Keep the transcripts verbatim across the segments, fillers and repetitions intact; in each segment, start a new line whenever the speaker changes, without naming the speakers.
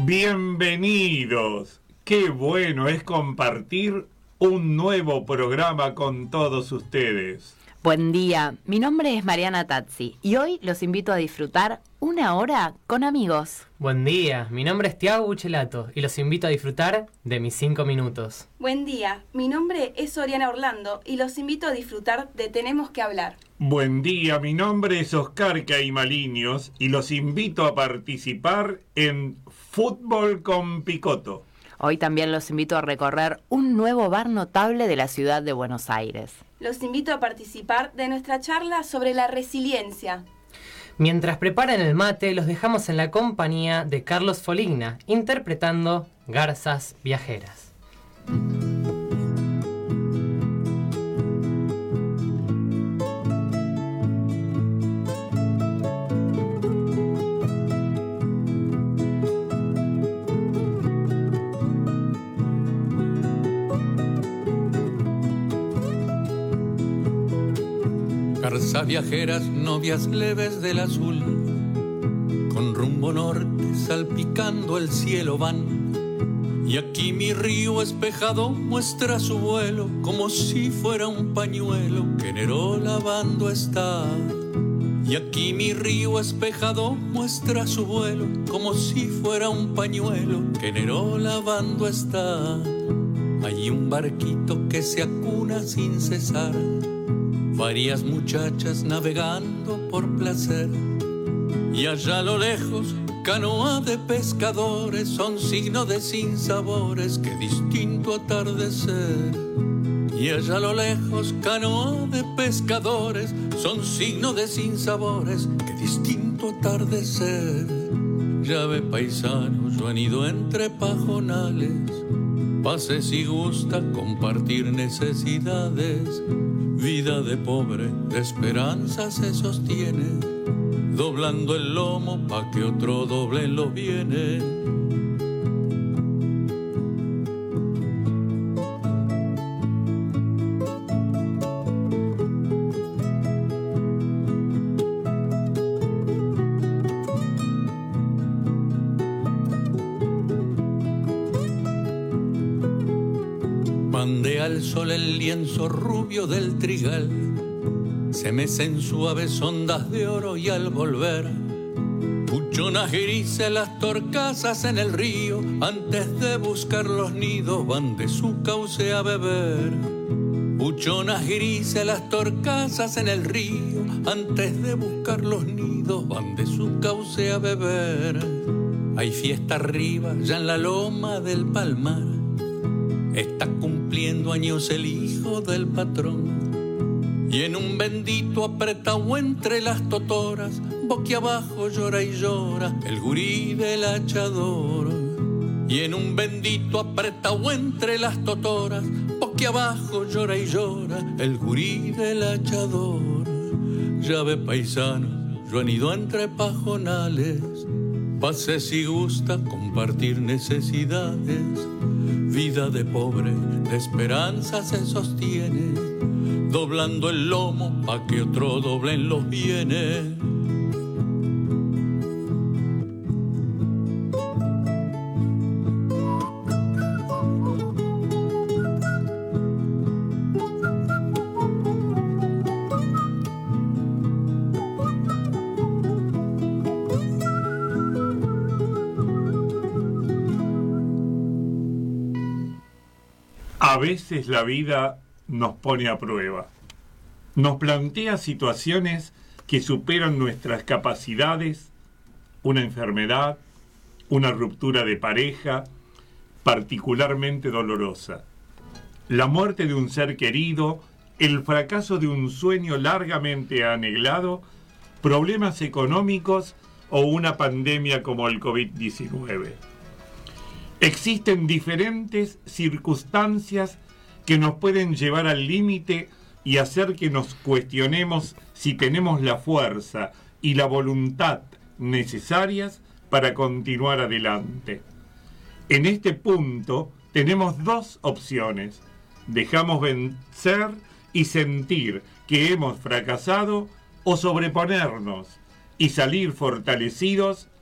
Bienvenidos. Qué bueno es compartir un nuevo programa con todos ustedes.
Buen día, mi nombre es Mariana Tazzi y hoy los invito a disfrutar una hora con amigos.
Buen día, mi nombre es Tiago Buchelato y los invito a disfrutar de mis cinco minutos.
Buen día, mi nombre es Oriana Orlando y los invito a disfrutar de Tenemos que hablar.
Buen día, mi nombre es Oscar Caimaliños y los invito a participar en Fútbol con Picoto.
Hoy también los invito a recorrer un nuevo bar notable de la ciudad de Buenos Aires.
Los invito a participar de nuestra charla sobre la resiliencia.
Mientras preparan el mate, los dejamos en la compañía de Carlos Foligna, interpretando Garzas Viajeras.
Garzas viajeras, novias leves del azul, con rumbo norte salpicando el cielo van. Y aquí mi río espejado muestra su vuelo, como si fuera un pañuelo que Neró lavando está. Y aquí mi río espejado muestra su vuelo, como si fuera un pañuelo que Neró lavando está. Hay un barquito que se acuna sin cesar, varias muchachas navegando por placer. Y allá a lo lejos, canoa de pescadores, son signo de sinsabores, qué distinto atardecer. Y allá a lo lejos, canoa de pescadores, son signo de sinsabores, qué distinto atardecer. Ya ve paisano, yo han ido entre pajonales, pase si gusta compartir necesidades. Vida de pobre, de esperanza se sostiene, doblando el lomo pa' que otro doble los bienes. Bandea al sol el lienzo rubio del trigal, se mecen suaves ondas de oro y al volver, puchonas grises las torcasas en el río, antes de buscar los nidos van de su cauce a beber. Puchonas grises las torcasas en el río, antes de buscar los nidos van de su cauce a beber. Hay fiesta arriba, ya en la loma del Palmar, está cumpliendo años el hijo del patrón. Y en un bendito apretado entre las totoras, boquiabajo llora y llora el gurí del hachador. Y en un bendito apretado entre las totoras, boquiabajo llora y llora el gurí del hachador. Ya ve paisano, yo han ido entre pajonales, pase si gusta compartir necesidades. Vida de pobre, de esperanza se sostiene, doblando el lomo pa' que otro doblen los bienes.
A veces la vida nos pone a prueba, nos plantea situaciones que superan nuestras capacidades, una enfermedad, una ruptura de pareja, particularmente dolorosa, la muerte de un ser querido, el fracaso de un sueño largamente anhelado, problemas económicos o una pandemia como el covid diecinueve. Existen diferentes circunstancias que nos pueden llevar al límite y hacer que nos cuestionemos si tenemos la fuerza y la voluntad necesarias para continuar adelante. En este punto tenemos dos opciones: dejamos vencer y sentir que hemos fracasado, o sobreponernos y salir fortalecidos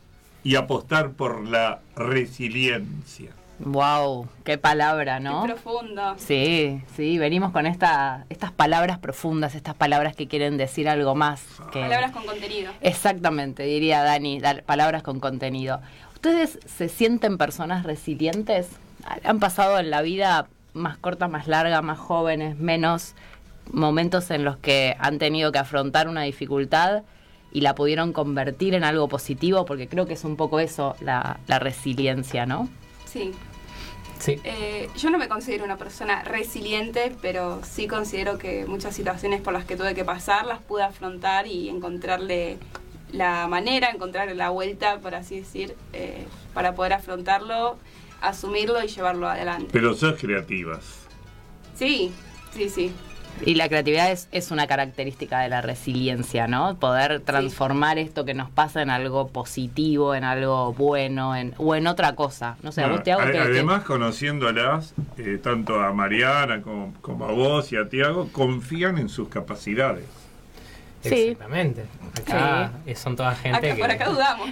y apostar por la resiliencia.
Wow, qué palabra, ¿no?
Qué profundo.
Sí, sí, venimos con esta, estas palabras profundas, estas palabras que quieren decir algo más. Que...
Palabras con contenido.
Exactamente, diría Dani, palabras con contenido. ¿Ustedes se sienten personas resilientes? ¿Han pasado en la vida más corta, más larga, más jóvenes, menos momentos en los que han tenido que afrontar una dificultad y la pudieron convertir en algo positivo? Porque creo que es un poco eso, la, la resiliencia, ¿no?
Sí.
Sí.
Eh, yo no me considero una persona resiliente, pero sí considero que muchas situaciones por las que tuve que pasar las pude afrontar y encontrarle la manera, encontrarle la vuelta, por así decir, eh, para poder afrontarlo, asumirlo y llevarlo adelante.
Pero sos creativas.
Sí, sí, sí.
Y la creatividad es, es una característica de la resiliencia, ¿no? Poder transformar sí. esto que nos pasa en algo positivo, en algo bueno, en, o en otra cosa. No sé,
bueno,
a vos te hago
a,
que,
Además,
que...
conociéndolas, eh, tanto a Mariana como, como a vos y a Tiago, confían en sus capacidades.
Sí.
Exactamente. Acá sí. son toda gente
acá,
que...
Por acá dudamos.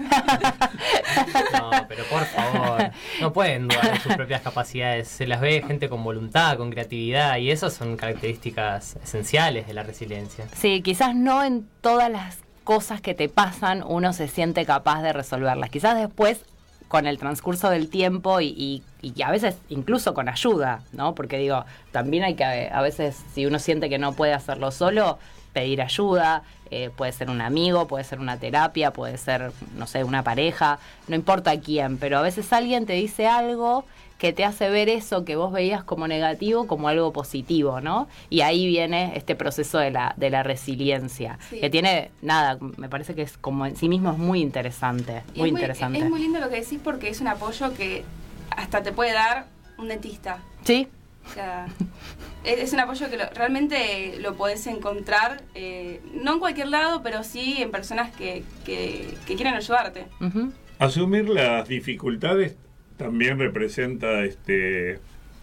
No, pero por favor, no pueden dudar de sus propias capacidades. Se las ve gente con voluntad, con creatividad, y esas son características esenciales de la resiliencia.
Sí, quizás no en todas las cosas que te pasan uno se siente capaz de resolverlas. Quizás después, con el transcurso del tiempo y, y, y a veces incluso con ayuda, ¿no? Porque digo, también hay que, a veces, si uno siente que no puede hacerlo solo, pedir ayuda, eh, puede ser un amigo, puede ser una terapia, puede ser, no sé, una pareja, no importa quién, pero a veces alguien te dice algo que te hace ver eso que vos veías como negativo como algo positivo, ¿no? Y ahí viene este proceso de la, de la resiliencia, sí. que tiene, nada, me parece que es como en sí mismo es muy interesante,
y
muy
es
interesante.
Muy, es muy lindo lo que decís porque es un apoyo que hasta te puede dar un dentista.
Sí.
O sea, es un apoyo que lo, realmente lo podés encontrar, eh, no en cualquier lado, pero sí en personas que, que, que quieren ayudarte.
Uh-huh.
Asumir las dificultades también representa este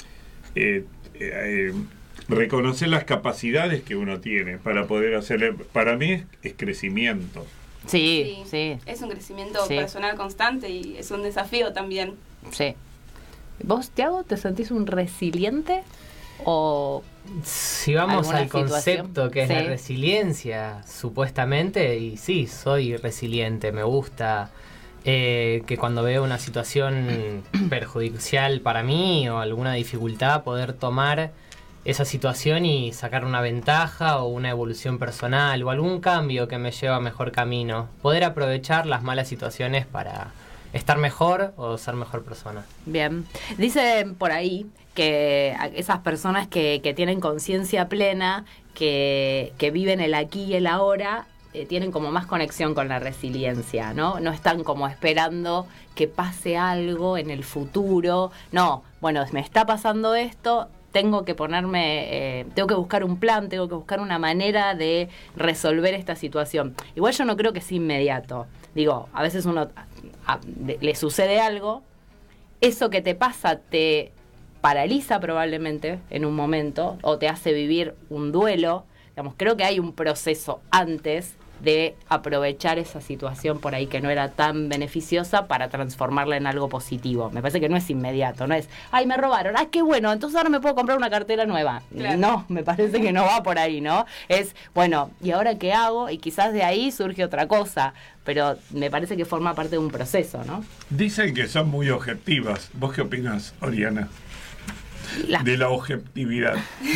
eh, eh, reconocer las capacidades que uno tiene para poder hacerle. Para mí es, es crecimiento.
Sí, sí, sí.
Es un crecimiento
sí.
personal constante y es un desafío también.
Sí. ¿Vos, Tiago, te sentís un resiliente o...?
Si vamos al
situación?
concepto que es sí. la resiliencia, supuestamente, y sí, soy resiliente, me gusta eh, que cuando veo una situación perjudicial para mí o alguna dificultad, poder tomar esa situación y sacar una ventaja o una evolución personal o algún cambio que me lleve a mejor camino. Poder aprovechar las malas situaciones para estar mejor o ser mejor persona.
Bien. Dicen por ahí que esas personas que, que tienen conciencia plena, que, que viven el aquí y el ahora, eh, tienen como más conexión con la resiliencia, ¿no? No están como esperando que pase algo en el futuro. No, bueno, me está pasando esto, tengo que ponerme, eh, tengo que buscar un plan, tengo que buscar una manera de resolver esta situación. Igual yo no creo que sea inmediato. Digo, a veces uno a, de, le sucede algo, eso que te pasa te paraliza probablemente en un momento o te hace vivir un duelo. Digamos, creo que hay un proceso antes de aprovechar esa situación por ahí que no era tan beneficiosa para transformarla en algo positivo. Me parece que no es inmediato, no es, ay, me robaron, ay, qué bueno, entonces ahora me puedo comprar una cartera nueva. Claro. No, me parece que no va por ahí, ¿no? Es, bueno, ¿y ahora qué hago? Y quizás de ahí surge otra cosa, pero me parece que forma parte de un proceso, ¿no?
Dicen que son muy objetivas. ¿Vos qué opinás, Oriana? La... de la objetividad.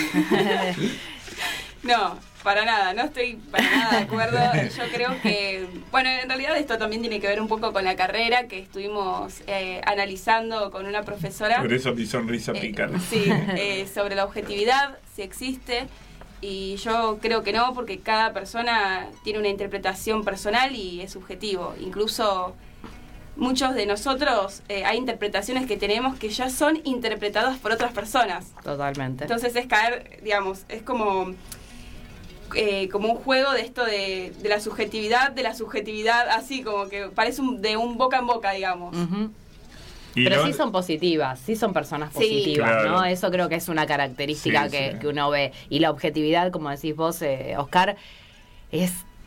No, para nada, no estoy para nada de acuerdo. Yo creo que, bueno, en realidad esto también tiene que ver un poco con la carrera que estuvimos eh, analizando con una profesora.
Por eso mi sonrisa
eh,
pica.
Sí, eh, sobre la objetividad, si existe. Y yo creo que no, porque cada persona tiene una interpretación personal y es subjetivo. Incluso muchos de nosotros eh, hay interpretaciones que tenemos que ya son interpretadas por otras personas.
Totalmente.
Entonces es caer, digamos, es como... Eh, como un juego de esto de, de la subjetividad, de la subjetividad, así como que parece un, de un boca en boca, digamos.
Uh-huh. Pero no, sí son positivas, sí son personas positivas, sí, claro. ¿no? Eso creo que es una característica sí, que, sí. que uno ve. Y la objetividad, como decís vos, eh, Oscar, es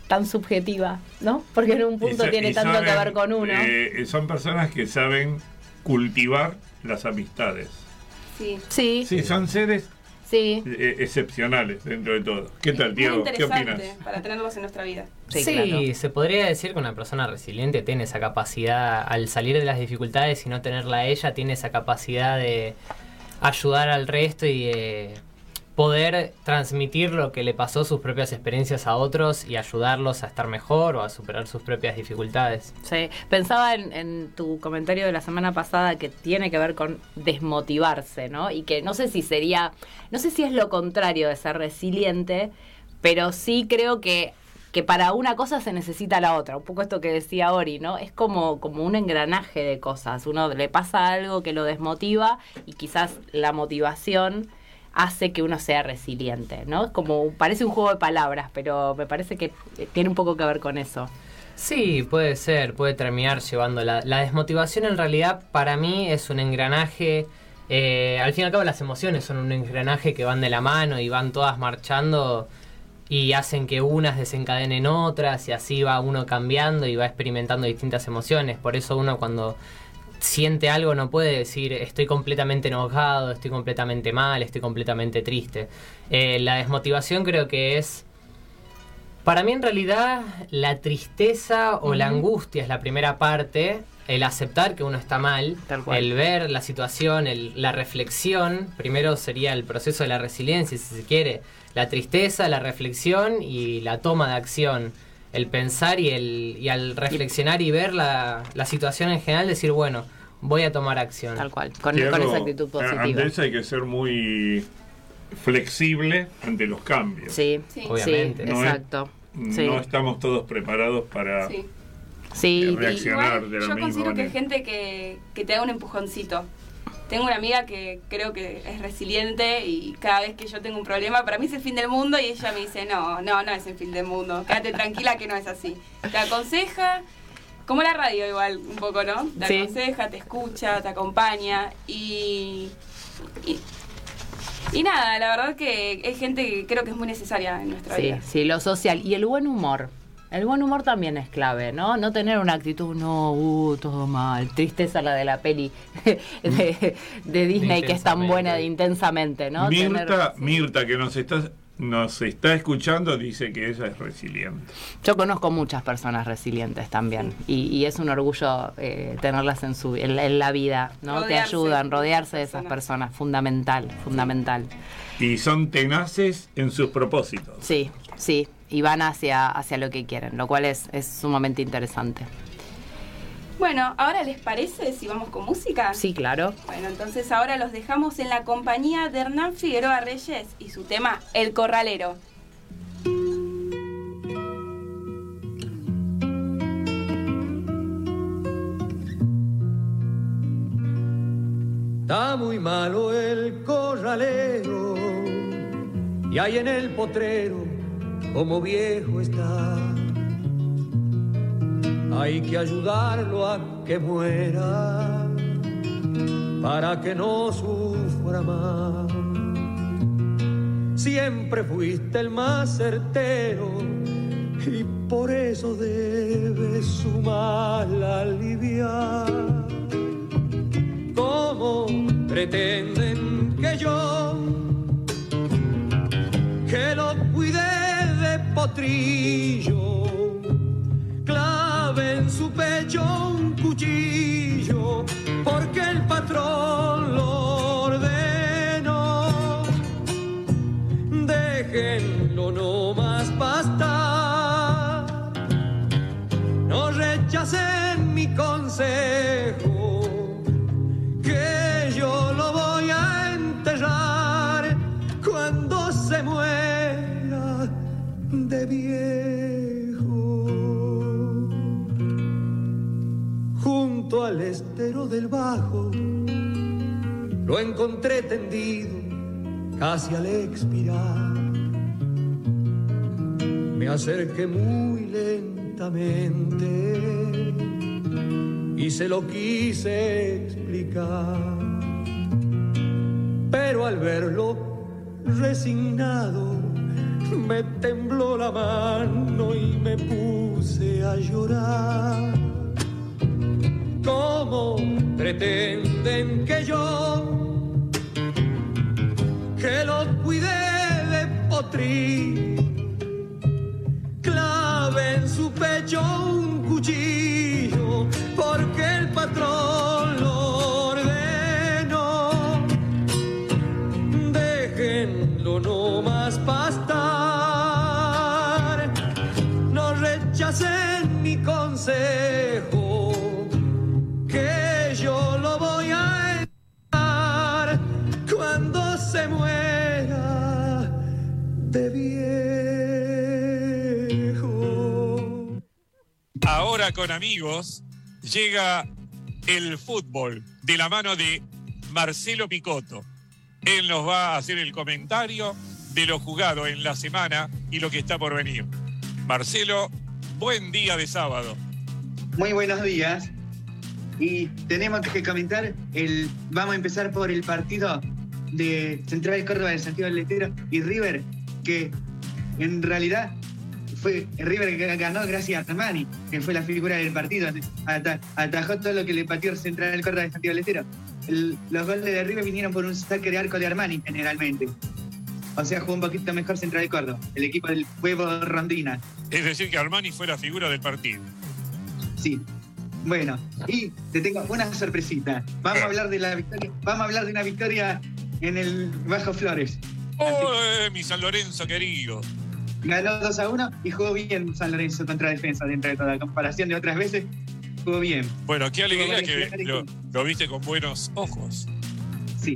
tan subjetiva, ¿no? Porque en un punto
so,
tiene tanto
saben,
que ver con uno.
Eh, son personas que saben cultivar las amistades.
Sí.
Sí,
Sí, son seres
sí.
eh, excepcionales dentro de todo. ¿Qué tal,
Muy
Diego? ¿Qué
interesante
opinas?
para tenerlos en nuestra vida.
Sí,
Sí,
claro.
se podría decir que una persona resiliente tiene esa capacidad, al salir de las dificultades y no tenerla a ella, tiene esa capacidad de ayudar al resto y de poder transmitir lo que le pasó, sus propias experiencias a otros y ayudarlos a estar mejor o a superar sus propias dificultades.
Sí, pensaba en, en tu comentario de la semana pasada que tiene que ver con desmotivarse, ¿no? Y que no sé si sería, no sé si es lo contrario de ser resiliente, pero sí creo que, que para una cosa se necesita la otra. Un poco esto que decía Ori, ¿no? Es como, como un engranaje de cosas. Uno le pasa algo que lo desmotiva y quizás la motivación hace que uno sea resiliente, ¿no? Es como, parece un juego de palabras, pero me parece que tiene un poco que ver con eso.
Sí, puede ser, puede terminar llevando. La, la desmotivación en realidad para mí es un engranaje, eh, al fin y al cabo las emociones son un engranaje que van de la mano y van todas marchando y hacen que unas desencadenen otras y así va uno cambiando y va experimentando distintas emociones. Por eso uno cuando siente algo no puede decir estoy completamente enojado, estoy completamente mal, estoy completamente triste. Eh, la desmotivación creo que es, para mí en realidad la tristeza o la angustia es la primera parte, el aceptar que uno está mal,
Tal cual.
el ver la situación, el, la reflexión, primero sería el proceso de la resiliencia si se quiere, la tristeza, la reflexión y la toma de acción. El pensar y el y al reflexionar y ver la, la situación en general, decir, bueno, voy a tomar acción.
Tal cual, con,
Diego,
con esa actitud positiva.
Ante eso hay que ser muy flexible ante los cambios.
Sí,
Sí.
Obviamente.
sí,
No es-
exacto. Sí.
No estamos todos preparados para...
Sí.
Sí,
de
y-
reaccionar
Igual,
de la
yo
misma
considero que hay
manera.
gente que, que te da un empujoncito. Tengo una amiga que creo que es resiliente y cada vez que yo tengo un problema, para mí es el fin del mundo y ella me dice, no, no, no es el fin del mundo, quédate tranquila que no es así. Te aconseja, como la radio igual, un poco, ¿no? Te
Sí.
aconseja, te escucha, te acompaña y, y... y nada, la verdad que es gente que creo que es muy necesaria en nuestra
sí,
vida.
sí, lo social. Y el buen humor. El buen humor también es clave, ¿no? No tener una actitud, no, uh, todo mal. Tristeza la de la peli de, de Disney, que es tan
Intensamente.
buena de Intensamente, ¿no?
Mirta,
Tener-
Mirta, que nos está, nos está escuchando, dice que ella es resiliente.
Yo conozco muchas personas resilientes también. Y, y es un orgullo eh, tenerlas en, su, en, la, en la vida, ¿no? Te
Rodearse
ayudan,
de
rodearse de
esas
esas
personas.
personas. Fundamental, fundamental.
Y son tenaces en sus propósitos.
Sí, sí. Y van hacia, hacia lo que quieren, lo cual es, es sumamente interesante.
Bueno, ahora les parece si vamos con música.
Sí, claro.
Bueno, entonces ahora los dejamos en la compañía de Hernán Figueroa Reyes y su tema El Corralero.
Está muy malo el corralero y ahí en el potrero como viejo está. Hay que ayudarlo a que muera para que no sufra más. Siempre fuiste el más certero y por eso debes su mal aliviar. ¿Cómo pretenden que yo, que lo cuide de potrillo, clave en su pecho un cuchillo, porque el patrón lo ordenó? Déjenlo no más pastar, no rechacen mi consejo, que yo lo voy a enterrar cuando se muera de viejo. Junto al estero del Bajo lo encontré tendido casi al expirar. Me acerqué muy lentamente y se lo quise explicar, pero al verlo resignado me tembló la mano y me puse a llorar. ¿Cómo pretenden que yo, que los cuidé de potrillo, clave en su pecho un cuchillo porque el patrón lo ordenó? Déjenlo no más pastar, no rechacen mi consejo, que yo lo voy a enterrar cuando se muera de viejo.
Ahora con amigos llega el fútbol de la mano de Marcelo Picotto. Él nos va a hacer el comentario de lo jugado en la semana y lo que está por venir. Marcelo, buen día de sábado.
Muy buenos días. Y tenemos que comentar, el, vamos a empezar por el partido de Central Córdoba de Santiago del Estero y River, que en realidad fue River que ganó gracias a Armani, que fue la figura del partido. Ata, atajó todo lo que le pateó Central Córdoba de Santiago del Estero. El, los goles de River vinieron por un saque de arco de Armani generalmente. O sea, jugó un poquito mejor Central Córdoba, el equipo del Huevo Rondina.
Es decir, que Armani fue la figura del partido.
Sí. Bueno, y te tengo una sorpresita. Vamos a hablar de la victoria, vamos a hablar de una victoria en el Bajo Flores.
¡Oh, eh, mi San Lorenzo querido!
Ganó dos a uno y jugó bien San Lorenzo contra Defensa, dentro de toda la comparación de otras veces, jugó bien.
Bueno, qué alegría que lo, lo viste con buenos ojos.
Sí.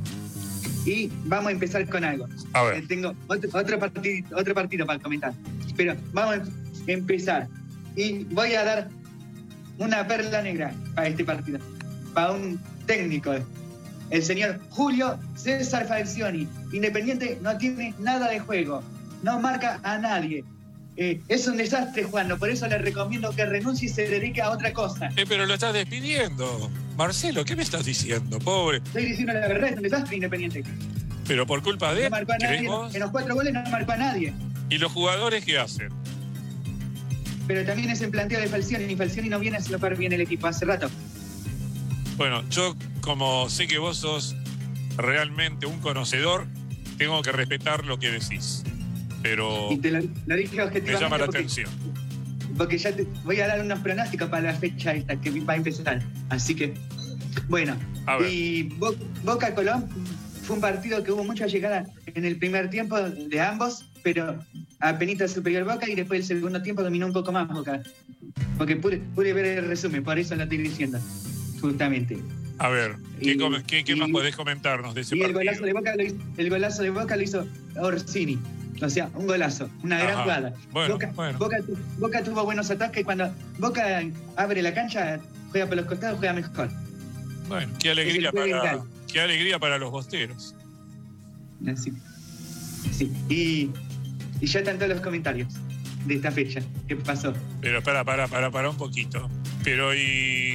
Y vamos a empezar con algo.
A ver.
Eh, tengo otro, otro, partido, otro partido para comentar. Pero vamos a empezar. Y voy a dar una perla negra para este partido. Para un técnico. El señor Julio César Falcioni. Independiente no tiene nada de juego. No marca a nadie. Eh, es un desastre jugando. Por eso le recomiendo que renuncie y se dedique a otra cosa.
Eh, pero lo estás despidiendo. Marcelo, ¿qué me estás diciendo? Pobre.
Estoy diciendo la verdad, es un desastre Independiente.
Pero por culpa de
No marcó a nadie.
¿creemos?
En los cuatro goles no marcó a nadie.
¿Y los jugadores qué hacen?
Pero también es el planteo de Falcioni. Y Falcioni no viene a hacer bien el equipo hace rato.
Bueno, yo como sé que vos sos realmente un conocedor, tengo que respetar lo que decís. Pero
Y te lo, lo dije
me
objetivamente
llama la
porque,
atención.
porque ya te voy a dar unos pronósticos para la fecha esta que va a empezar. Así que, bueno.
A ver.
Y Bo- Boca Colón fue un partido que hubo mucha llegada en el primer tiempo de ambos, pero apenas superior Boca y después el segundo tiempo dominó un poco más Boca. Porque pude, pude ver el resumen, por eso lo estoy diciendo, justamente.
A ver, ¿qué,
Y-
com- qué, qué
y-
más podés comentarnos de ese
Y el
partido?
golazo de Boca lo hizo, el golazo de Boca lo hizo Orsini. O sea, un golazo, una gran
Ajá.
jugada.
Bueno,
Boca,
bueno.
Boca, tu- Boca tuvo buenos ataques. Cuando Boca abre la cancha, juega por los costados, juega mejor.
Bueno, qué
Es
alegría
el juego
para
ideal.
qué alegría para los bosteros.
Así. Sí. Y, y ya están todos los comentarios de esta fecha. ¿Qué pasó?
Pero para, para, para, para un poquito. Pero y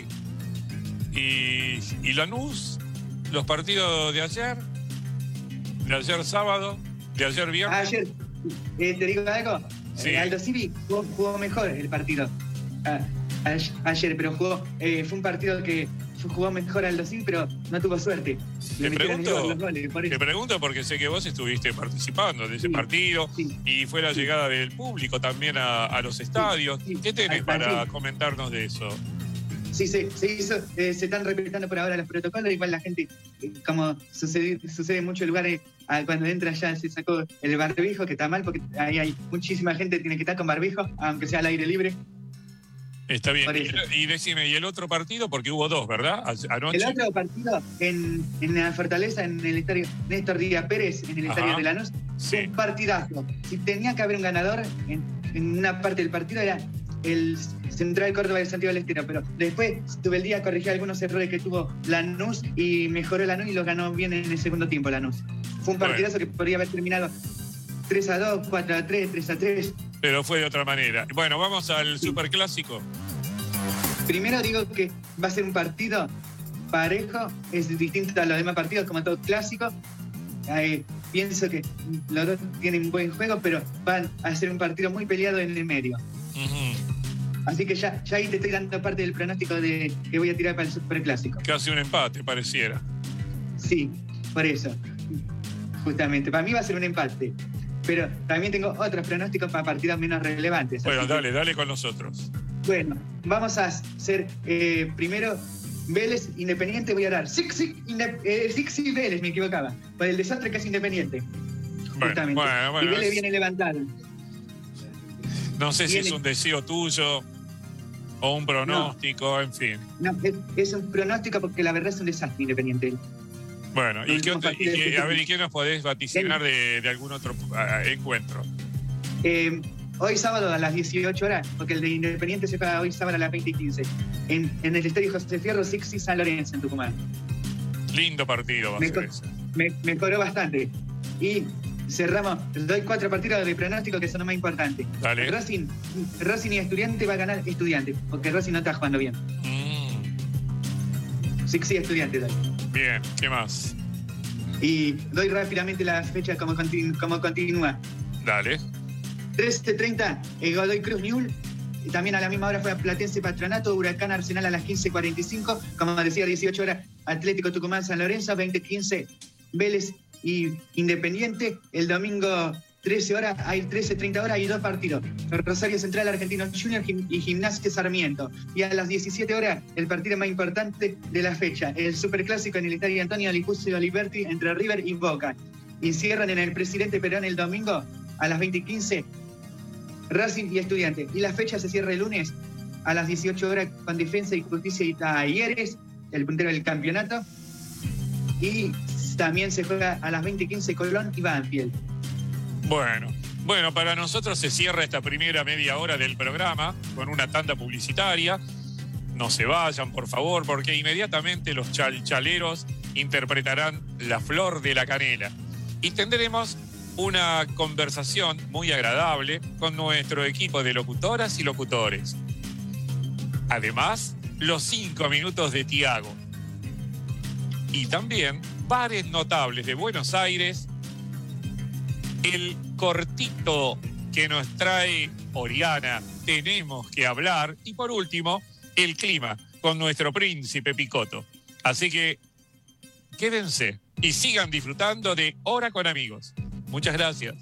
y y Lanús, los partidos de ayer, de ayer sábado, de ayer viernes.
Ayer, eh, te digo algo.
Sí.
Eh, Aldo Civi jugó, jugó mejor el partido. Ah, a- ayer, pero jugó. Eh, fue un partido que jugó mejor Aldo Civi, pero no tuvo suerte. Le
Te
metieron
pregunto,
los goles, por
te
eso.
pregunto porque sé que vos estuviste participando de ese
Sí,
partido
sí.
y fue la llegada del público también a, a los estadios.
sí.
¿Qué tenés
Al
para
partido.
comentarnos de eso?
Sí, se, se hizo, eh, se están respetando por ahora los protocolos, igual la gente, eh, como sucede, sucede en muchos lugares, ah, cuando entra ya se sacó el barbijo, que está mal, porque ahí hay muchísima gente que tiene que estar con barbijo, aunque sea al aire libre.
Está bien.
Por
Y,
eso.
y decime, ¿y el otro partido? Porque hubo dos, ¿verdad? A- Anoche.
El otro partido en, en la Fortaleza, en el estadio Néstor Díaz Pérez, en el
Ajá.
estadio de Lanús,
Sí.
un partidazo. Si tenía que haber un ganador, en, en una parte del partido era el Central Córdoba de Santiago del Estero, pero después tuve el día corrigió algunos errores que tuvo Lanús y mejoró Lanús y lo ganó bien en el segundo tiempo Lanús. Fue un partidazo que podría haber terminado tres a dos, cuatro a tres, tres a tres.
Pero fue de otra manera. Bueno, vamos al superclásico.
Primero digo que va a ser un partido parejo, es distinto a los demás partidos como todo clásico. Eh, pienso que los dos tienen buen juego, pero van a ser un partido muy peleado en el medio.
Uh-huh.
Así que ya, ya ahí te estoy dando parte del pronóstico de que voy a tirar para el Superclásico.
Casi un empate, pareciera.
Sí, por eso. Justamente, para mí va a ser un empate. Pero también tengo otros pronósticos para partidos menos relevantes.
Bueno, dale,
que,
dale con nosotros.
Bueno, vamos a hacer eh, primero Vélez Independiente. Voy a dar Sixi eh, Vélez, me equivocaba. Por el desastre que es Independiente.
Bueno,
justamente.
bueno, bueno,
y Vélez
es...
viene levantado.
No sé
viene...
si es un deseo tuyo o un pronóstico,
no.
en fin.
No, es, es un pronóstico porque la verdad es un desastre Independiente.
Bueno, ¿y qué, otro, y, y, a ver, ¿y qué nos podés vaticinar de, de algún otro uh, encuentro?
Eh, hoy sábado a las dieciocho horas, porque el de Independiente se juega hoy sábado a las veinte y quince, en, en el Estadio José Fierro, Sixi San Lorenzo, en Tucumán.
Lindo partido va a
me,
ser ese.
Me, me cobró bastante. Y cerramos, doy cuatro partidos de pronóstico que son los más importantes.
Dale.
Racing, Racing y Estudiante va a ganar Estudiante, porque Racing no está jugando bien.
Mm.
Sixi Estudiante, dale.
Bien, ¿qué más?
Y doy rápidamente la fecha como, continu como continúa.
Dale.
trece treinta, eh, Godoy Cruz Newell. Y también a la misma hora juega Platense Patronato, Huracán Arsenal a las quince cuarenta y cinco. Como decía, dieciocho horas, Atlético Tucumán San Lorenzo, veinte quince, Vélez y Independiente. El domingo trece horas, hay trece treinta horas y dos partidos. Rosario Central, Argentino Junior y Gimnasia Sarmiento. Y a las diecisiete horas, el partido más importante de la fecha, el Superclásico en el Estadio Antonio Lipucio Liberty entre River y Boca. Y cierran en el Presidente Perón el domingo a las veinte quince, Racing y Estudiante. Y la fecha se cierra el lunes a las dieciocho horas con Defensa y Justicia y Talleres, el puntero del campeonato. Y también se juega a las veinte quince Colón y Banfield.
Bueno, bueno, para nosotros se cierra esta primera media hora del programa con una tanda publicitaria. No se vayan, por favor, porque inmediatamente los chalchaleros interpretarán La Flor de la Canela. Y tendremos una conversación muy agradable con nuestro equipo de locutoras y locutores. Además, los cinco minutos de Tiago. Y también bares notables de Buenos Aires, el cortito que nos trae Oriana, tenemos que hablar, y por último, el clima con nuestro príncipe Picotto. Así que quédense y sigan disfrutando de Hora con Amigos. Muchas gracias.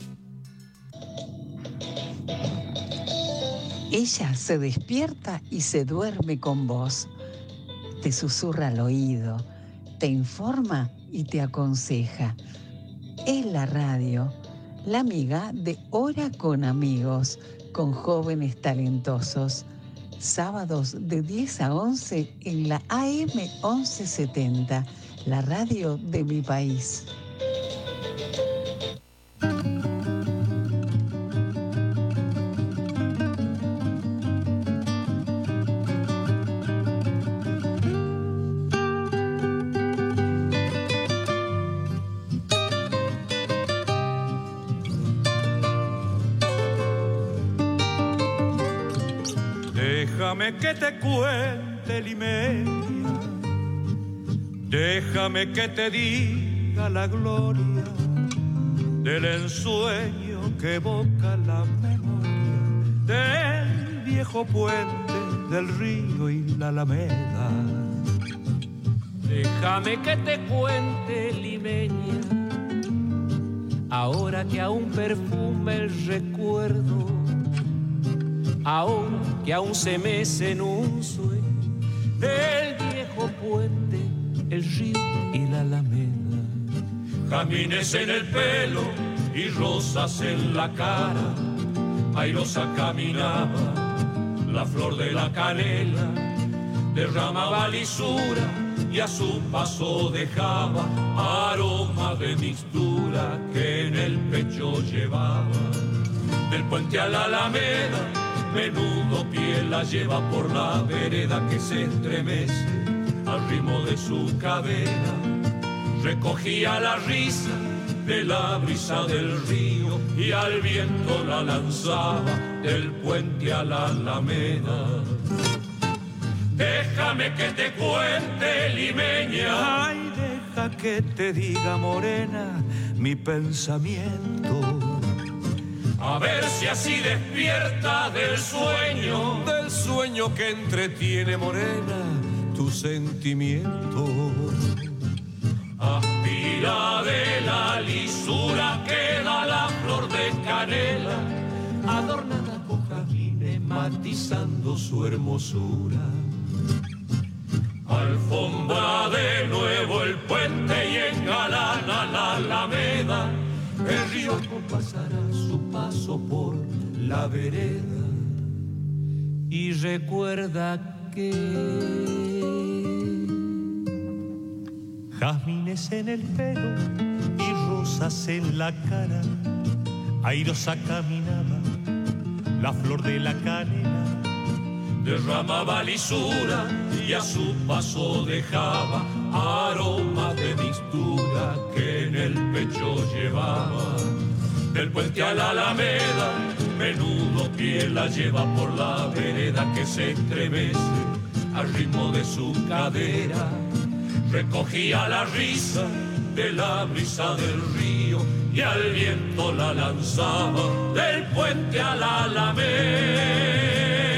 Ella se despierta y se duerme con vos. Te susurra al oído, te informa y te aconseja. Es la radio, la amiga de Hora con Amigos, con jóvenes talentosos. Sábados de diez a once en la A M once setenta, la radio de mi país.
Déjame que te cuente, limeña, déjame que te diga la gloria del ensueño que evoca la memoria del viejo puente, del río y la alameda.
Déjame que te cuente, limeña, ahora que aún perfume el recuerdo, ahora que aún se mece en un sueño, el viejo puente, el río y la alameda.
Camines en el pelo y rosas en la cara, airosa caminaba la flor de la canela, derramaba lisura y a su paso dejaba aroma de mixtura que en el pecho llevaba. Del puente a la alameda, menudo pie la lleva por la vereda que se estremece al ritmo de su cadena. Recogía la risa de la brisa del río y al viento la lanzaba del puente a la alameda. Déjame que te cuente, limeña, ay, deja que te diga, morena,
mi pensamiento.
A ver si así despierta del sueño,
del sueño que entretiene morena tu sentimiento.
Aspira de la lisura que da la flor de canela,
adornada con jazmines matizando su hermosura.
Alfombra de nuevo el puente y engalana la alameda.
El río compasará su paso por la vereda. Y recuerda que jazmines en el pelo y rosas en la cara, airosa caminaba la flor de la canela.
Derramaba lisura y a su paso dejaba aroma de mixtura que en el pecho llevaba. Del puente a la alameda, menudo pie la lleva por la vereda que se estremece al ritmo de su cadera. Recogía la risa de la brisa del río y al viento la lanzaba del puente a la alameda.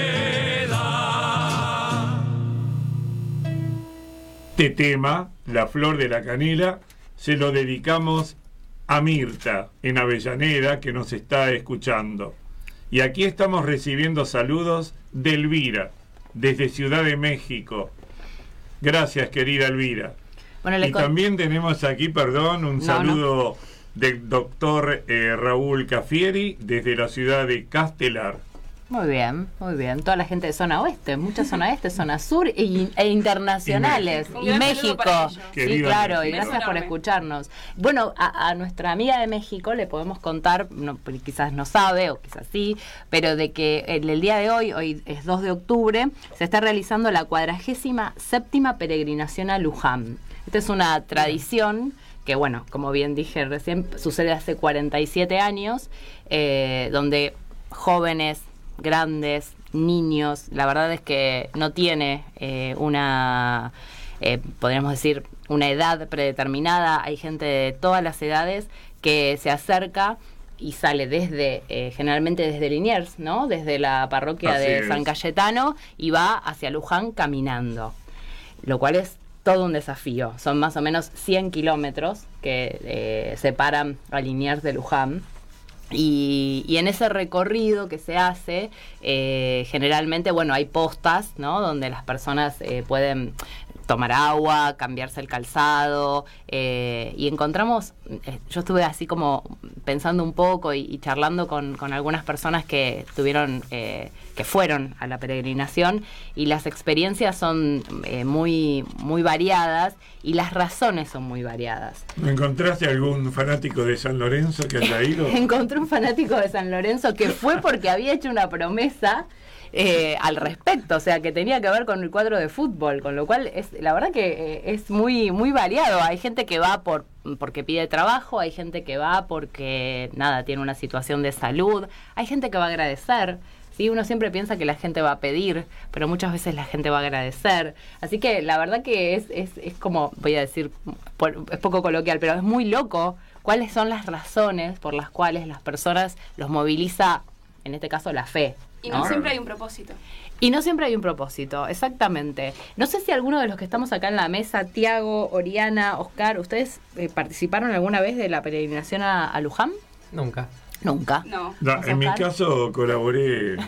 Este tema, La Flor de la Canela, se lo dedicamos a Mirta, en Avellaneda, que nos está escuchando. Y aquí estamos recibiendo saludos de Elvira, desde Ciudad de México. Gracias, querida Elvira. Bueno, y con... también tenemos aquí, perdón, un no, saludo no. del doctor eh, Raúl Cafieri, desde la ciudad de Castelar.
Muy bien, muy bien. Toda la gente de zona oeste, mucha zona este, zona sur e, e internacionales. Y, y México. Sí, claro, y gracias por escucharnos. Bueno, a, a nuestra amiga de México le podemos contar, no, quizás no sabe o quizás sí, pero de que el, el día de hoy, hoy es dos de octubre, se está realizando la cuadragésima séptima peregrinación a Luján. Esta es una tradición que, bueno, como bien dije recién, sucede hace cuarenta y siete años, eh, donde jóvenes, grandes, niños, la verdad es que no tiene eh, una, eh, podríamos decir, una edad predeterminada. Hay gente de todas las edades que se acerca y sale desde, eh, generalmente desde Liniers, ¿no? Desde la parroquia Así de es. San Cayetano y va hacia Luján caminando, lo cual es todo un desafío. Son más o menos cien kilómetros que eh, separan a Liniers de Luján. Y, y en ese recorrido que se hace, eh, generalmente, bueno, hay postas, ¿no? Donde las personas eh, pueden tomar agua, cambiarse el calzado, eh, y encontramos, eh, yo estuve así como pensando un poco y, y charlando con, con algunas personas que tuvieron, eh, que fueron a la peregrinación, y las experiencias son eh, muy, muy variadas y las razones son muy variadas.
¿Encontraste algún fanático de San Lorenzo que haya ido?
Encontré un fanático de San Lorenzo que fue porque había hecho una promesa Eh, al respecto, o sea, que tenía que ver con el cuadro de fútbol, con lo cual es la verdad que eh, es muy muy variado. Hay gente que va por porque pide trabajo, hay gente que va porque nada, tiene una situación de salud, hay gente que va a agradecer. Sí, uno siempre piensa que la gente va a pedir, pero muchas veces la gente va a agradecer. Así que la verdad que es, es, es como, voy a decir, por, es poco coloquial, pero es muy loco cuáles son las razones por las cuales las personas los moviliza, en este caso la fe.
Y no, ¿no? siempre hay un propósito.
Y no siempre hay un propósito, exactamente. No sé si alguno de los que estamos acá en la mesa, Tiago, Oriana, Oscar, ¿ustedes eh, participaron alguna vez de la peregrinación a, a Luján?
Nunca.
Nunca.
No.
no en mi caso colaboré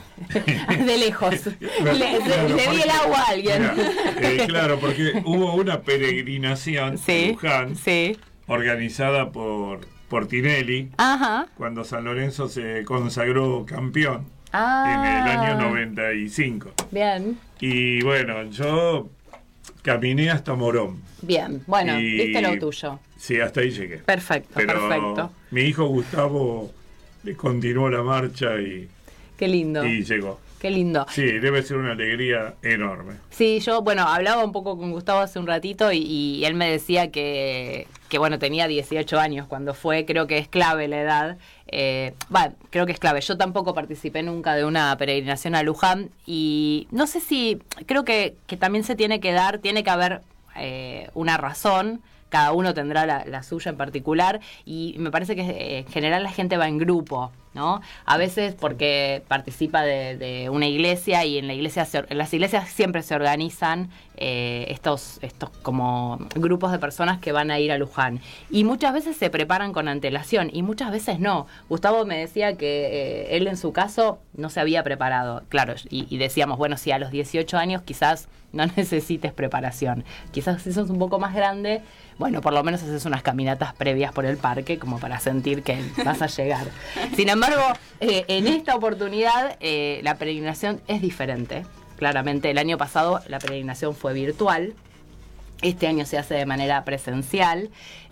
de lejos. le, le,
claro,
le di el agua a alguien.
Mira, eh, claro, porque hubo una peregrinación
sí,
en Luján
sí.
organizada por, por Tinelli.
Ajá.
Cuando San Lorenzo se consagró campeón.
Ah.
En el año noventa y cinco.
Bien.
Y bueno, yo caminé hasta Morón.
Bien, bueno, y, viste lo tuyo.
Sí, hasta ahí llegué.
Perfecto,
Pero
perfecto.
Mi hijo Gustavo le continuó la marcha y...
Qué lindo.
Y llegó.
Qué lindo.
Sí, debe ser una alegría enorme.
Sí, yo, bueno, hablaba un poco con Gustavo hace un ratito y, y él me decía que, que, bueno, tenía dieciocho años cuando fue, creo que es clave la edad. Eh, bueno, creo que es clave. Yo tampoco participé nunca de una peregrinación a Luján y no sé si, creo que, que también se tiene que dar, tiene que haber eh, una razón cada uno tendrá la, la suya en particular, y me parece que eh, en general la gente va en grupo, ¿no? A veces porque participa de, de una iglesia, y en la iglesia se, en las iglesias siempre se organizan eh, estos, estos como grupos de personas que van a ir a Luján, y muchas veces se preparan con antelación y muchas veces no. Gustavo me decía que eh, él en su caso no se había preparado, claro, y, y decíamos, bueno, si a los dieciocho años quizás no necesites preparación, quizás si sos un poco más grande, bueno, por lo menos haces unas caminatas previas por el parque como para sentir que vas a llegar. Sin embargo, eh, en esta oportunidad eh, la peregrinación es diferente. Claramente el año pasado la peregrinación fue virtual, este año se hace de manera presencial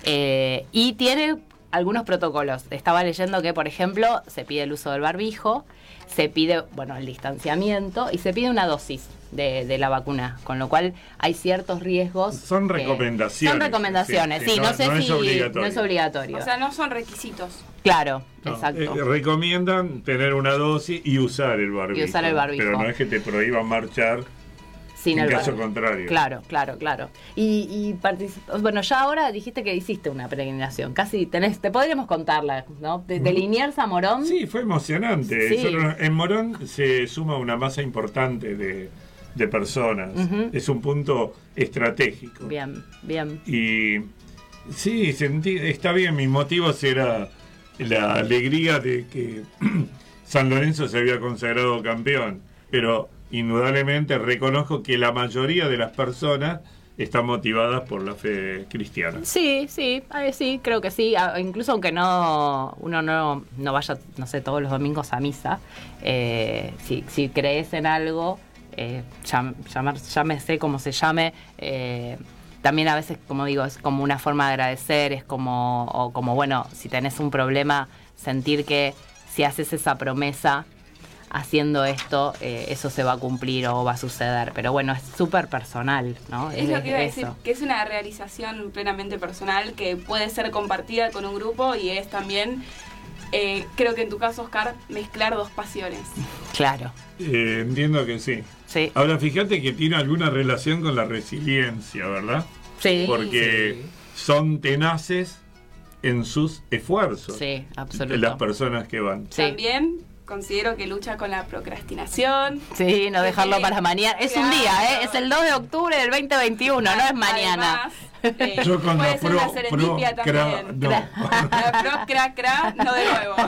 eh, y tiene algunos protocolos. Estaba leyendo que, por ejemplo, se pide el uso del barbijo, se pide, bueno, el distanciamiento y se pide una dosis de, de la vacuna, con lo cual hay ciertos riesgos.
Son recomendaciones.
Son recomendaciones, sí, sí, sí, no, no sé no si es obligatorio. No es obligatorio.
O sea, no son requisitos.
Claro,
no,
exacto.
Eh, recomiendan tener una dosis y usar el barbijo.
Y usar el barbijo.
Pero no es que te prohíban marchar.
Sin
en
el
caso
barbijo.
contrario.
Claro, claro, claro. Y, y particip- bueno, ya ahora dijiste que hiciste una peregrinación. Casi tenés, te podríamos contarla, ¿no? De, de Liniers a Morón.
Sí, fue emocionante.
Sí.
Solo en Morón se suma una masa importante de, de personas. Uh-huh. Es un punto estratégico.
Bien, bien.
Y sí, sentí, está bien. Mis motivos era la alegría de que San Lorenzo se había consagrado campeón, pero indudablemente reconozco que la mayoría de las personas están motivadas por la fe cristiana.
Sí, sí, eh, sí, creo que sí. A, incluso aunque no uno no, no vaya, no sé, todos los domingos a misa, eh, si, si crees en algo, eh, llam, llamar, llámese como se llame, eh, también a veces, como digo, es como una forma de agradecer, es como, o como, bueno, si tenés un problema, sentir que si haces esa promesa, haciendo esto, eh, eso se va a cumplir o va a suceder. Pero bueno, es súper personal, ¿no?
Es, es lo que iba a decir, que es una realización plenamente personal que puede ser compartida con un grupo y es también, eh, creo que en tu caso, Oscar, mezclar dos pasiones.
Claro.
Eh, entiendo que sí.
Sí.
Ahora, fíjate que tiene alguna relación con la resiliencia, ¿verdad?
Sí.
Porque
sí.
son tenaces en sus esfuerzos.
Sí, absolutamente.
Las personas que van.
Sí.
También considero que lucha con la procrastinación.
Sí, no dejarlo para mañana. Es un día, ¿eh? Es el dos de octubre del veinte veintiuno, no es mañana.
Además, eh,
Yo con
puede
la
ser
pro,
una serendipia
pro,
también.
Cra, no.
La pro, cra, cra, no de nuevo.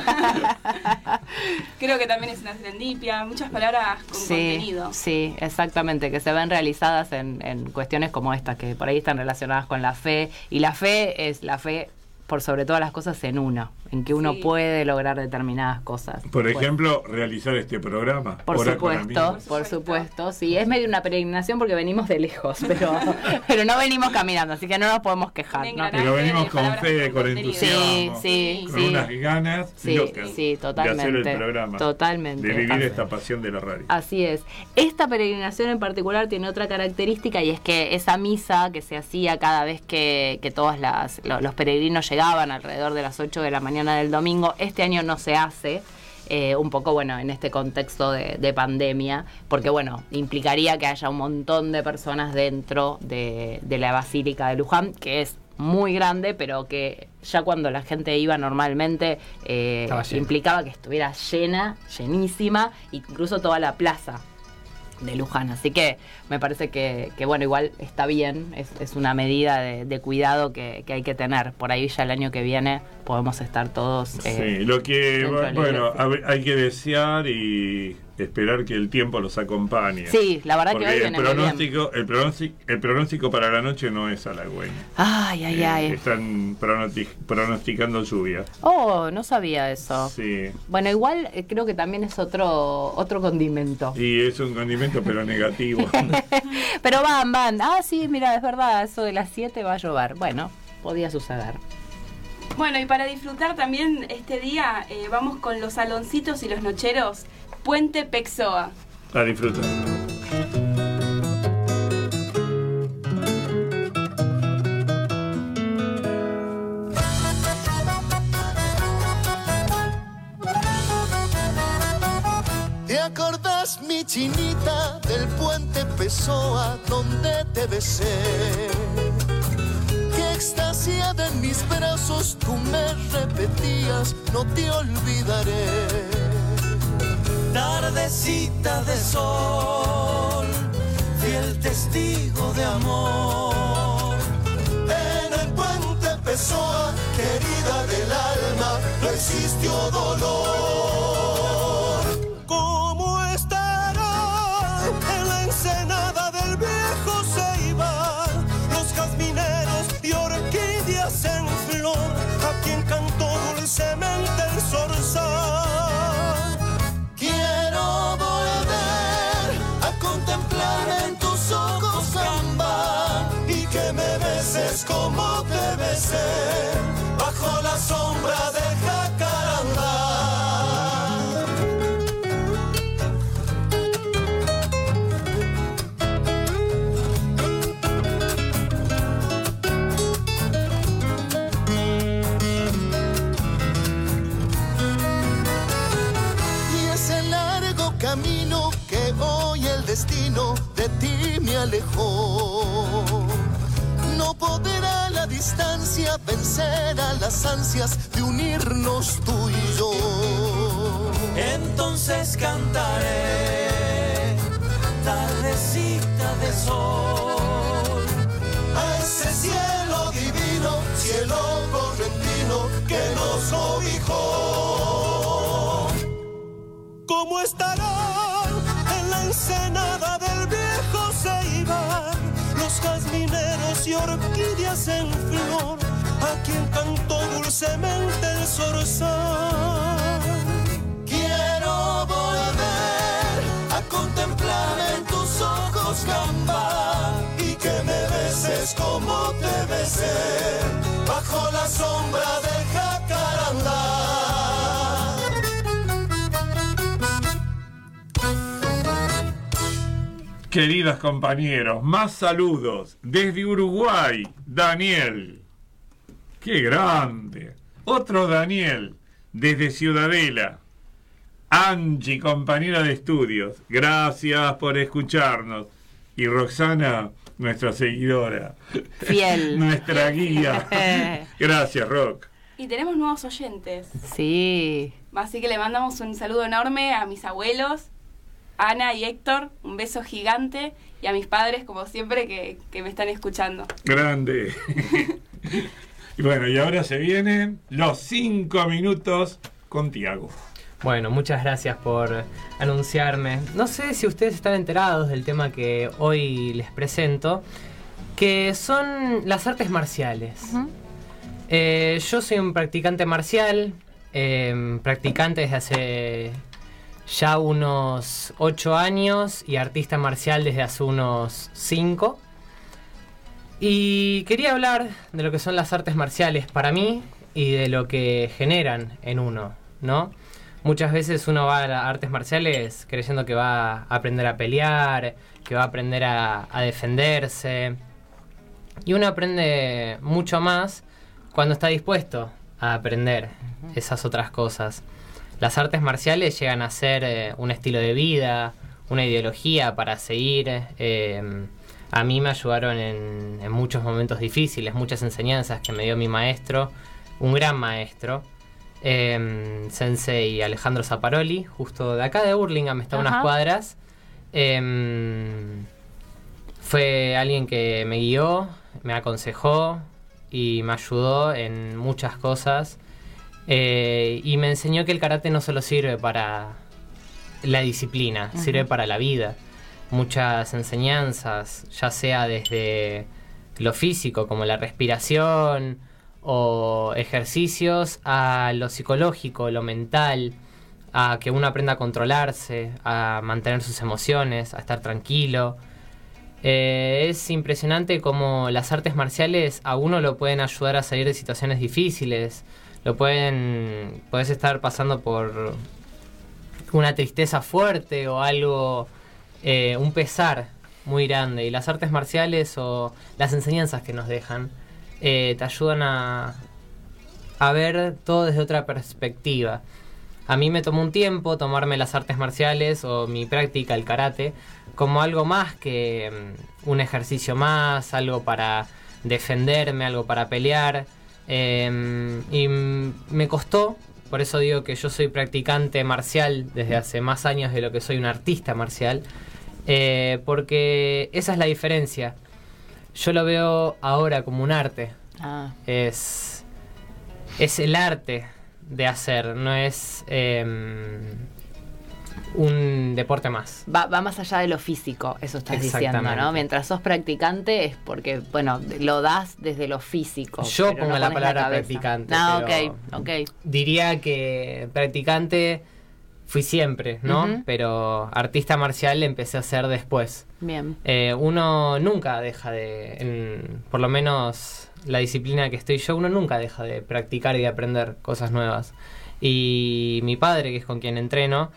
Creo que también es una serendipia, muchas palabras con
sí,
contenido.
Sí, exactamente, que se ven realizadas en, en cuestiones como estas, que por ahí están relacionadas con la fe. Y la fe es la fe por sobre todas las cosas en uno, en que uno sí. puede lograr determinadas cosas.
Por ejemplo, pues, realizar este programa.
Por supuesto, por supuesto, sí, es medio una peregrinación porque venimos de lejos, pero pero no venimos caminando, así que no nos podemos quejar, ¿no?
Pero venimos con fe, con entusiasmo,
sí, sí,
con
sí.
unas ganas
sí,
locas
sí, totalmente,
de hacer el programa,
totalmente,
de vivir
así.
esta pasión de la radio.
Así es. Esta peregrinación en particular tiene otra característica y es que esa misa que se hacía cada vez que, que todos las, los, los peregrinos llegaban alrededor de las ocho de la mañana del domingo, este año no se hace, eh, un poco, bueno, en este contexto de, de pandemia, porque, bueno, implicaría que haya un montón de personas dentro de, de la Basílica de Luján, que es muy grande, pero que ya cuando la gente iba normalmente eh, implicaba que estuviera llena, llenísima, incluso toda la plaza de Luján, así que me parece que, que bueno, igual está bien, es, es una medida de, de cuidado que, que hay que tener. Por ahí ya el año que viene podemos estar todos eh,
sí, lo que bueno, hay que desear y esperar que el tiempo los acompañe.
Sí, la verdad. Porque que hoy
el pronóstico, el pronóstico, el pronóstico para la noche no es halagüeño.
Ay, ay,
eh,
ay.
Están pronostic, pronosticando lluvia.
Oh, no sabía eso.
Sí.
Bueno, igual eh, creo que también es otro otro condimento.
Sí, es un condimento pero negativo.
Pero van, van. Ah, sí, mira, es verdad, eso de las siete va a llover. Bueno, podía suceder.
Bueno, y para disfrutar también este día, eh, vamos con los saloncitos y los nocheros. Puente Pexoa.
A disfrutar.
¿Te acordás, mi chinita, del puente Pessoa donde te besé? Qué extasiada en mis brazos, tú me repetías, no te olvidaré.
Tardecita de sol, fiel testigo de amor.
En el puente Pessoa, querida del alma, no existió dolor.
¿Cómo estará en la ensenada del viejo Ceibal los jazmineros y orquídeas en flor, a quien cantó dulcemente el zorzal?
Quiero volver a contemplar en tus ojos ámbar y que me beses como te besé bajo la sombra de jacarandá. Camino que hoy el destino de ti me alejó. No podrá la distancia vencer a las ansias de unirnos tú y yo.
Entonces cantaré tardecita de sol
a ese cielo divino, cielo correntino que nos cobijó.
¿Cómo estarán en la ensenada del viejo Ceibal los jazmineros y orquídeas en flor, a quien cantó dulcemente el zorzal?
Quiero volver a contemplar en tus ojos gamba y que me beses como te besé bajo la sombra de jacarandá.
Queridas compañeros, más saludos desde Uruguay, Daniel. ¡Qué grande! Otro Daniel, desde Ciudadela. Angie, compañera de estudios, gracias por escucharnos. Y Roxana, nuestra seguidora.
Fiel.
Nuestra guía. Gracias, Rox.
Y tenemos nuevos oyentes.
Sí.
Así que le mandamos un saludo enorme a mis abuelos, Ana y Héctor, un beso gigante, y a mis padres, como siempre, que, que me están escuchando.
Grande. Y bueno, y ahora se vienen los cinco minutos con Tiago.
Bueno, muchas gracias por anunciarme. No sé si ustedes están enterados del tema que hoy les presento, que son las artes marciales. Uh-huh. eh, yo soy un practicante marcial, eh, practicante desde hace ya unos ocho años y artista marcial desde hace unos cinco. Y quería hablar de lo que son las artes marciales para mí y de lo que generan en uno, ¿no? Muchas veces uno va a las artes marciales creyendo que va a aprender a pelear, que va a aprender a, a defenderse. Y uno aprende mucho más cuando está dispuesto a aprender esas otras cosas. Las artes marciales llegan a ser eh, un estilo de vida, una ideología para seguir. Eh, a mí me ayudaron en, en muchos momentos difíciles, muchas enseñanzas que me dio mi maestro, un gran maestro, eh, Sensei Alejandro Zaparoli, justo de acá de Hurlingham, está a unas cuadras. Eh, fue alguien que me guió, me aconsejó y me ayudó en muchas cosas. Eh, y me enseñó que el karate no solo sirve para la disciplina, uh-huh. sirve para la vida. Muchas enseñanzas, ya sea desde lo físico, como la respiración, o ejercicios, a lo psicológico, lo mental, a que uno aprenda a controlarse, a mantener sus emociones, a estar tranquilo. Eh, es impresionante cómo las artes marciales a uno lo pueden ayudar a salir de situaciones difíciles. Lo pueden, puedes estar pasando por una tristeza fuerte o algo, eh, un pesar muy grande. Y las artes marciales o las enseñanzas que nos dejan eh, te ayudan a, a ver todo desde otra perspectiva. A mí me tomó un tiempo tomarme las artes marciales o mi práctica, el karate, como algo más que um, un ejercicio más, algo para defenderme, algo para pelear. Eh, y me costó, por eso digo que yo soy practicante marcial desde hace más años de lo que soy un artista marcial, eh, porque esa es la diferencia. Yo lo veo ahora como un arte.
Ah.
Es, es el arte de hacer, no es eh, un deporte más.
Va, va más allá de lo físico, eso estás diciendo, ¿no? Mientras sos practicante es porque, bueno, lo das desde lo físico.
Yo
pero
pongo
no
la
pones
palabra
cabeza.
practicante.
Ah,
pero
ok, ok.
Diría que practicante fui siempre, ¿no?
Uh-huh.
Pero artista marcial empecé a hacer después.
Bien.
Eh, uno nunca deja de, en, por lo menos la disciplina que estoy yo, uno nunca deja de practicar y de aprender cosas nuevas. Y mi padre, que es con quien entreno,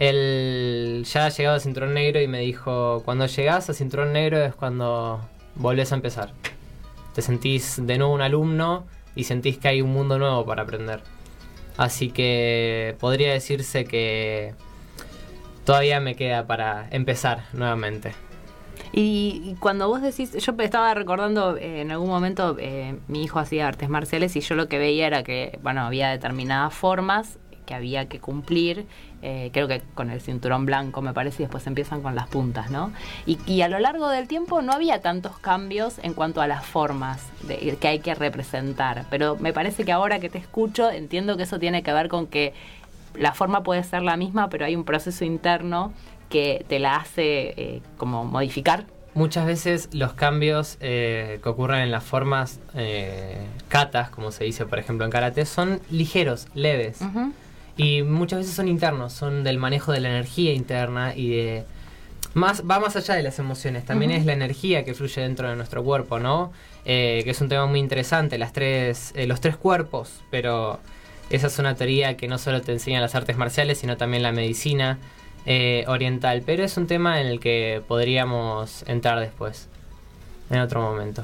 él ya ha llegado a cinturón negro y me dijo, cuando llegás a cinturón negro es cuando volvés a empezar. Te sentís de nuevo un alumno y sentís que hay un mundo nuevo para aprender. Así que podría decirse que todavía me queda para empezar nuevamente.
Y, y cuando vos decís, yo estaba recordando eh, en algún momento eh, mi hijo hacía artes marciales y yo lo que veía era que, bueno, había determinadas formas que había que cumplir, eh, creo que con el cinturón blanco me parece, y después empiezan con las puntas, ¿no? Y, y a lo largo del tiempo no había tantos cambios en cuanto a las formas de, que hay que representar, pero me parece que ahora que te escucho entiendo que eso tiene que ver con que la forma puede ser la misma, pero hay un proceso interno que te la hace eh, como modificar.
Muchas veces los cambios eh, que ocurren en las formas eh, katas, como se dice por ejemplo en karate, son ligeros, leves.
Uh-huh.
Y muchas veces son internos, son del manejo de la energía interna y de... Más, va más allá de las emociones, también uh-huh. es la energía que fluye dentro de nuestro cuerpo, ¿no? Eh, que es un tema muy interesante, las tres, eh, los tres cuerpos, pero esa es una teoría que no solo te enseña las artes marciales, sino también la medicina eh, oriental. Pero es un tema en el que podríamos entrar después, en otro momento.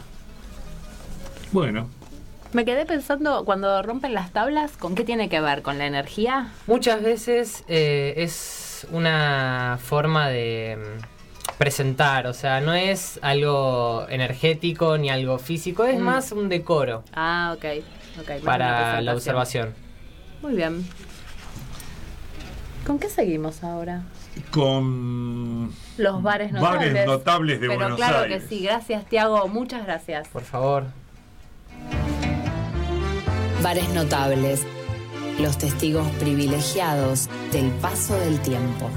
Bueno.
Me quedé pensando, cuando rompen las tablas, ¿con qué tiene que ver? ¿Con la energía?
Muchas veces eh, es una forma de presentar, o sea, no es algo energético ni algo físico, es mm. más un decoro.
Ah, ok. okay
para la observación.
Muy bien. ¿Con qué seguimos ahora?
Con
los bares notables.
Bares notables de
Pero
Buenos
claro
Aires.
que sí. Gracias, Tiago. Muchas gracias.
Por favor.
Bares notables, los testigos privilegiados del paso del tiempo.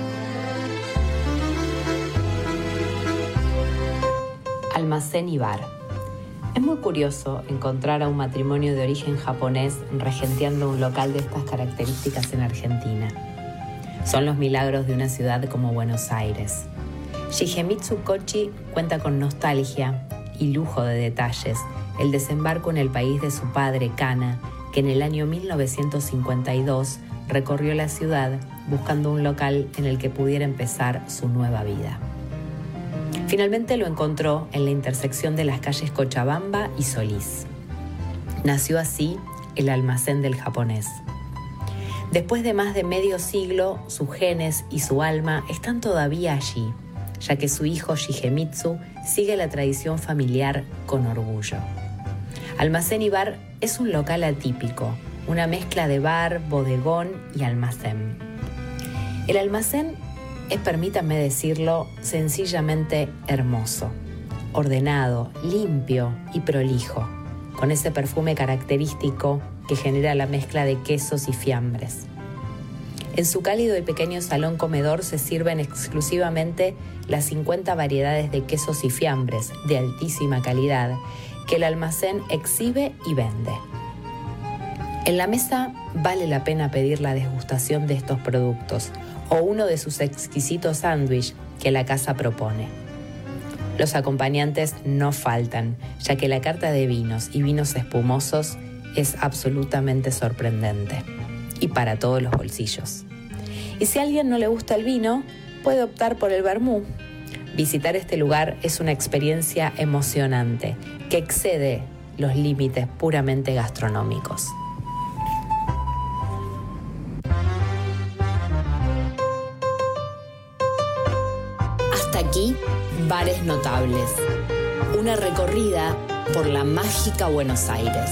Almacén y bar. Es muy curioso encontrar a un matrimonio de origen japonés regenteando un local de estas características en Argentina. Son los milagros de una ciudad como Buenos Aires. Shigemitsu Kochi cuenta con nostalgia y lujo de detalles el desembarco en el país de su padre, Kana, que en el año mil novecientos cincuenta y dos recorrió la ciudad buscando un local en el que pudiera empezar su nueva vida. Finalmente lo encontró en la intersección de las calles Cochabamba y Solís. Nació así el almacén del japonés. Después de más de medio siglo, sus genes y su alma están todavía allí, ya que su hijo Shigemitsu sigue la tradición familiar con orgullo. Almacén y bar es un local atípico, una mezcla de bar, bodegón y almacén. El almacén es, permítanme decirlo, sencillamente hermoso, ordenado, limpio y prolijo, con ese perfume característico que genera la mezcla de quesos y fiambres. En su cálido y pequeño salón comedor se sirven exclusivamente las cincuenta variedades de quesos y fiambres de altísima calidad que el almacén exhibe y vende. En la mesa vale la pena pedir la degustación de estos productos o uno de sus exquisitos sándwiches que la casa propone. Los acompañantes no faltan, ya que la carta de vinos y vinos espumosos es absolutamente sorprendente y para todos los bolsillos. Y si a alguien no le gusta el vino, puede optar por el vermú. Visitar este lugar es una experiencia emocionante que excede los límites puramente gastronómicos. Hasta aquí, Bares Notables. Una recorrida por la mágica Buenos Aires.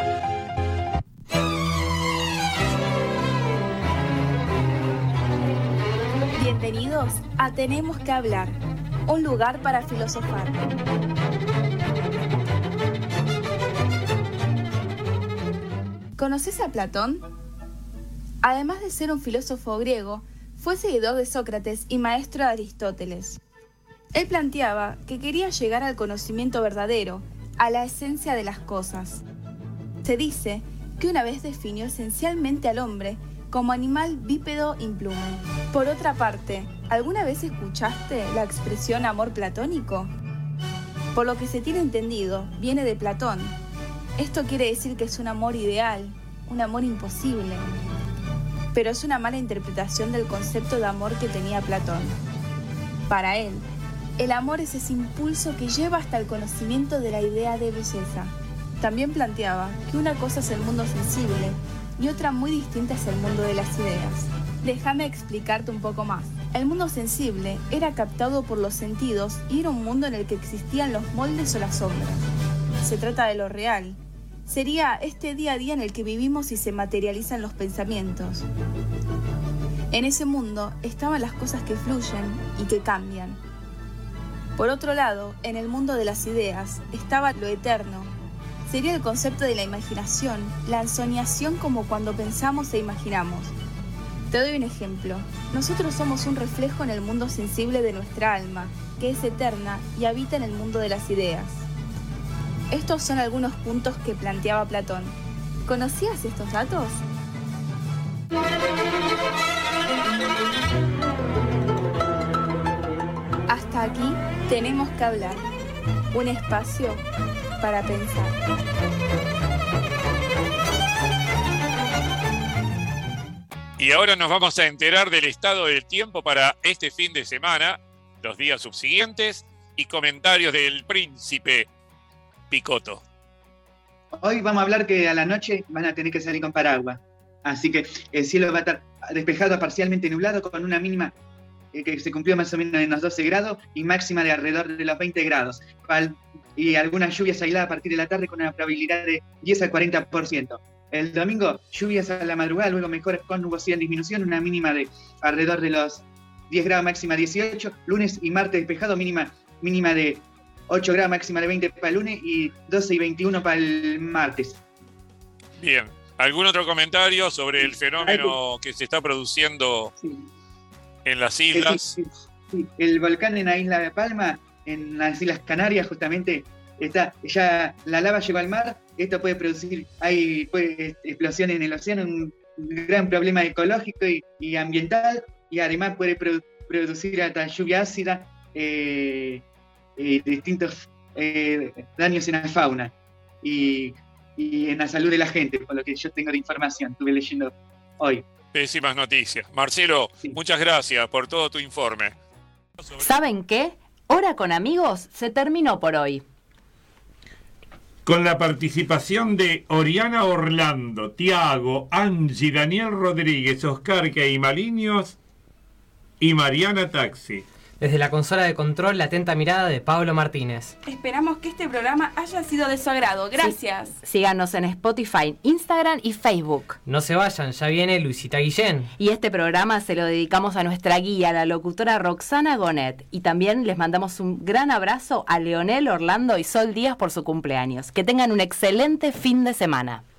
Bienvenidos a Tenemos que hablar, un lugar para filosofar. ¿Conoces a Platón? Además de ser un filósofo griego, fue seguidor de Sócrates y maestro de Aristóteles. Él planteaba que quería llegar al conocimiento verdadero, a la esencia de las cosas. Se dice que una vez definió esencialmente al hombre como animal bípedo implume. Por otra parte, ¿alguna vez escuchaste la expresión amor platónico? Por lo que se tiene entendido, viene de Platón. Esto quiere decir que es un amor ideal, un amor imposible. Pero es una mala interpretación del concepto de amor que tenía Platón. Para él, el amor es ese impulso que lleva hasta el conocimiento de la idea de belleza. También planteaba que una cosa es el mundo sensible y otra muy distinta es el mundo de las ideas. Déjame explicarte un poco más. El mundo sensible era captado por los sentidos y era un mundo en el que existían los moldes o las sombras. Se trata de lo real. Sería este día a día en el que vivimos y se materializan los pensamientos. En ese mundo estaban las cosas que fluyen y que cambian. Por otro lado, en el mundo de las ideas estaba lo eterno. Sería el concepto de la imaginación, la ensoñación como cuando pensamos e imaginamos. Te doy un ejemplo. Nosotros somos un reflejo en el mundo sensible de nuestra alma, que es eterna y habita en el mundo de las ideas. Estos son algunos puntos que planteaba Platón. ¿Conocías estos datos? Hasta aquí tenemos que hablar. Un espacio para pensar.
Y ahora nos vamos a enterar del estado del tiempo para este fin de semana, los días subsiguientes y comentarios del príncipe Picotto.
Hoy vamos a hablar que a la noche van a tener que salir con paraguas. Así que el cielo va a estar despejado a parcialmente nublado con una mínima eh, que se cumplió más o menos en los doce grados y máxima de alrededor de los veinte grados. Pal- y algunas lluvias aisladas a partir de la tarde con una probabilidad de diez al cuarenta por ciento. El domingo, lluvias a la madrugada, luego mejoras con nubosidad en disminución, una mínima de alrededor de los diez grados, máxima dieciocho. Lunes y martes despejado, mínima, mínima de ocho grados, máxima de veinte para el lunes y doce y veintiuno para el martes.
Bien. ¿Algún otro comentario sobre el fenómeno que se está produciendo
sí.
en las islas?
Sí, sí, sí. El volcán en la isla de Palma, en las Islas Canarias, justamente, está ya la lava llegó al mar. Esto puede producir, hay puede, explosiones en el océano, un gran problema ecológico y, y ambiental, y además puede produ- producir hasta lluvia ácida, eh, eh, distintos eh, daños en la fauna y, y en la salud de la gente, por lo que yo tengo de información, estuve leyendo hoy.
Pésimas noticias. Marcelo, sí. Muchas gracias por todo tu informe.
¿Saben qué? Hora con amigos se terminó por hoy.
Con la participación de Oriana Orlando, Tiago, Angie, Daniel Rodríguez, Oscar Caimaliños y Mariana Taxi.
Desde la consola de control, la atenta mirada de Pablo Martínez.
Esperamos que este programa haya sido de su agrado. Gracias.
Sí. Síganos en Spotify, Instagram y Facebook.
No se vayan, ya viene Luisita Guillén.
Y este programa se lo dedicamos a nuestra guía, la locutora Roxana Gonet. Y también les mandamos un gran abrazo a Leonel, Orlando y Sol Díaz por su cumpleaños. Que tengan un excelente fin de semana.